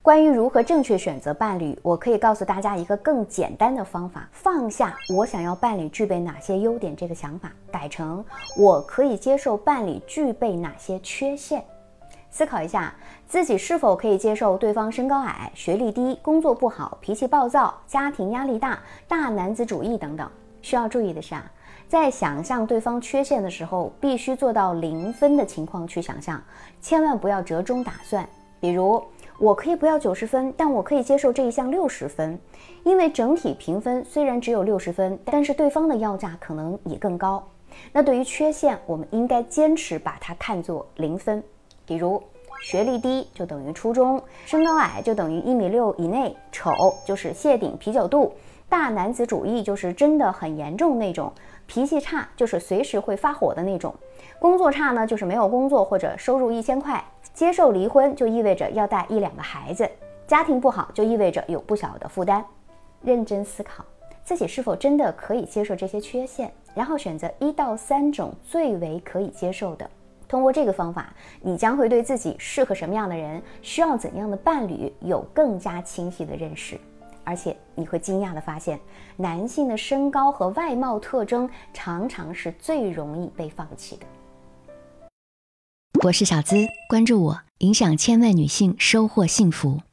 关于如何正确选择伴侣，我可以告诉大家一个更简单的方法，放下我想要伴侣具备哪些优点这个想法，改成我可以接受伴侣具备哪些缺陷。思考一下，自己是否可以接受对方身高矮、学历低、工作不好、脾气暴躁、家庭压力大、大男子主义等等。需要注意的是在想象对方缺陷的时候，必须做到0分的情况去想象，千万不要折中打算。比如我可以不要90分，但我可以接受这一项60分，因为整体评分虽然只有60分，但是对方的要价可能也更高。那对于缺陷，我们应该坚持把它看作0分。比如学历低就等于初中，身高矮就等于1.6米以内，丑就是谢顶啤酒肚，大男子主义就是真的很严重那种，脾气差就是随时会发火的那种，工作差呢就是没有工作或者收入1000块，接受离婚就意味着要带1、2个孩子，家庭不好就意味着有不小的负担。认真思考自己是否真的可以接受这些缺陷，然后选择1到3种最为可以接受的。通过这个方法，你将会对自己适合什么样的人，需要怎样的伴侣有更加清晰的认识。而且你会惊讶地发现，男性的身高和外貌特征常常是最容易被放弃的。 我是小资，关注我，影响千万女性，收获幸福。